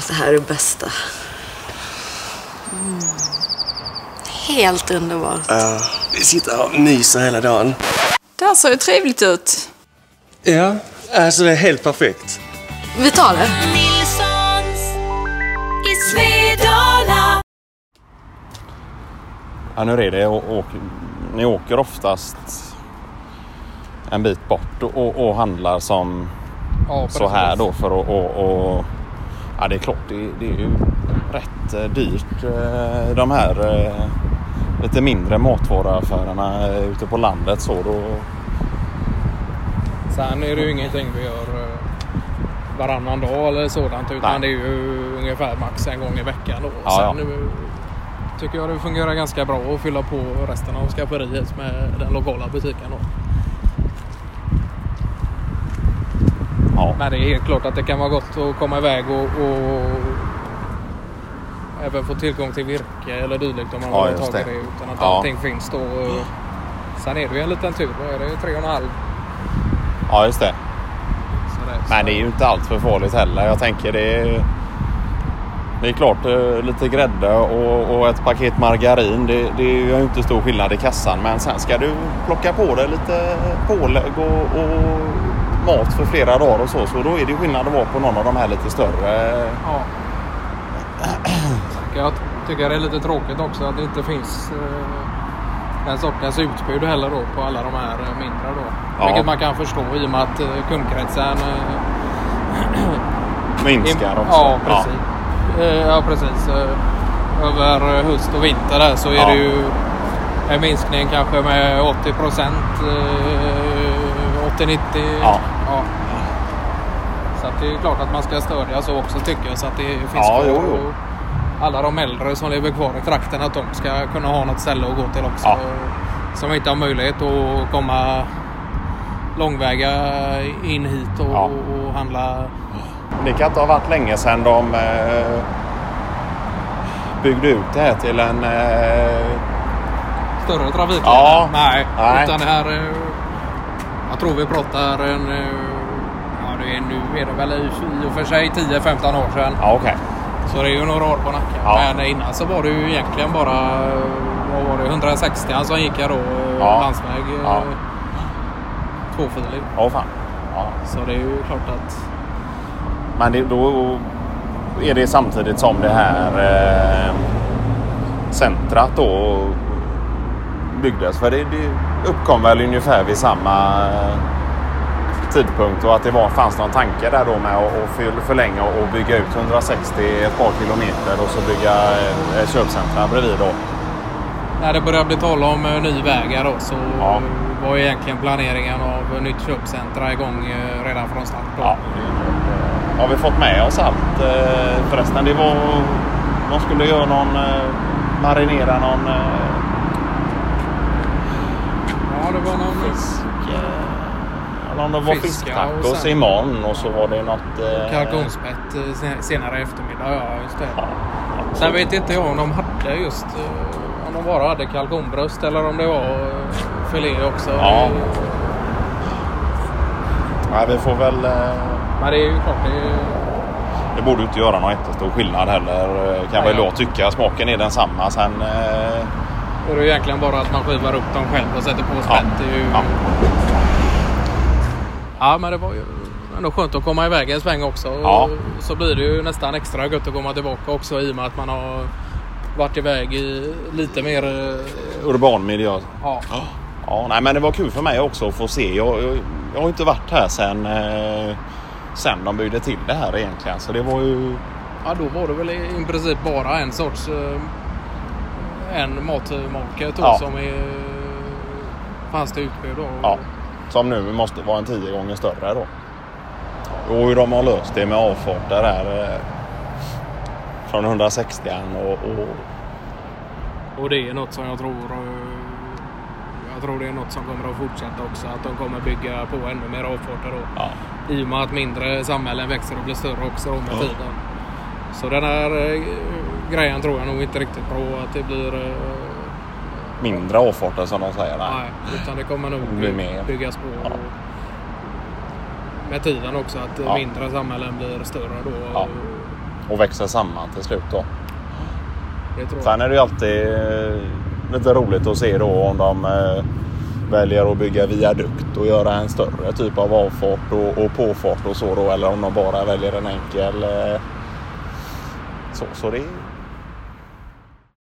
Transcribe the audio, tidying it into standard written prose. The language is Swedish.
Det här är det bästa. Helt underbart. Vi sitter här och myser hela dagen. Det här ser ju trevligt ut. Ja, alltså det är helt perfekt. Vi tar det. Nilssons i Svedala. Ja, nu är det. Ni åker oftast en bit bort och handlar som så här då för att ja, det är klart det är ju rätt dyrt de här lite mindre matvaruaffärerna ute på landet så då. Sen är det ju ingenting vi gör varannan dag eller sådant utan det är ju ungefär max en gång i veckan då. Ja, sen nu tycker jag det fungerar ganska bra att fylla på resten av skafferiet med den lokala butiken då. Ja. Men det är helt klart att det kan vara gott att komma iväg och även få tillgång till virke eller dylikt om man har tagit det utan att allting finns då. Sen är det ju en liten tur, då är det 3,5. Ja, just det. Men det är ju inte allt för farligt heller. Jag tänker det är klart lite grädde och ett paket margarin. Det är ju inte stor skillnad i kassan. Men sen ska du plocka på det lite pålägg och mat för flera dagar och så då är det skillnad att vara på någon av de här lite större. Ja. Jag tycker det är lite tråkigt också att det inte finns den sortens utbud heller då på alla de här mindre då. Ja. Vilket man kan förstå i och med att kundkretsen minskar också. Ja, precis. Ja, precis. Över höst och vinter där så är det ju en minskning kanske med 80%, 80-90%. Ja. Så att det är klart att man ska stödja så också tycker jag så att det finns kvar. Alla de äldre som lever kvar i trakten att de ska kunna ha något ställe att gå till också. Ja. Som inte har möjlighet att komma långväga in hit och handla. Det kan inte ha varit länge sedan de byggde ut det här till en större trafik. Ja. Nej. Utan det här jag tror vi pratar nu är det väl i och för sig 10-15 år sedan. Ja, okej. Så det är ju några år på nacken. Ja. Men innan så var det ju egentligen bara vad var det, 160 som gick jag då landsväg tvåfilig. Ja, fan. Ja. Så det är ju klart att men då är det samtidigt som det här centrat då byggdes. För det uppkom väl ungefär vid samma tidpunkt och att det fanns någon tanke där då med att förlänga och bygga ut 160 ett par kilometer och så bygga köpcentra bredvid då. När det började bli tal om ny vägar då så var egentligen planeringen av nytt köpcentra igång redan från start då. Ja. Har vi fått med oss allt förresten? Det var de skulle göra marinera någon det var någon fisk. Det var fisktacos imorgon och så var det något kalkonspett senare i eftermiddag, just det. Ja. Sen vet inte jag om de hade just om de bara hade kalkonbröst eller om det var filé också. Ja. Nej, vi får väl men det är ju klart det borde inte göra någon jättestor skillnad heller kan väl jag tycka. Smaken är densamma sen och det är egentligen bara att man skivar upp dem själv och sätter på spett. Ja, men det var ju ändå skönt att komma iväg en sväng också. Ja. Så blir det ju nästan extra gött att komma tillbaka också i och med att man har varit iväg i lite mer urban miljö. Ja. Ja, nej, men det var kul för mig också att få se. Jag har inte varit här sen de byggde till det här egentligen. Så det var ju... Ja, då var det väl i princip bara en sorts en matmarket då som fanns det utbud då. Ja, som nu måste vara en 10 gånger större då. Och hur de har löst det med avfarter där från 160 och det är något som jag tror det är något som kommer att fortsätta också, att de kommer bygga på ännu mer avfarter då. Ja. I och med att mindre samhällen växer och blir större också med tiden. Så den här grejen tror jag nog inte riktigt bra att det blir mindre avfarter som de säger. Nej, utan det kommer nog byggas på med tiden också, att mindre samhällen blir större då. och växer samman till slut då. Det Sen är det ju alltid lite roligt att se då om de väljer att bygga viadukt och göra en större typ av avfart och påfart och så då, eller om de bara väljer en enkel så det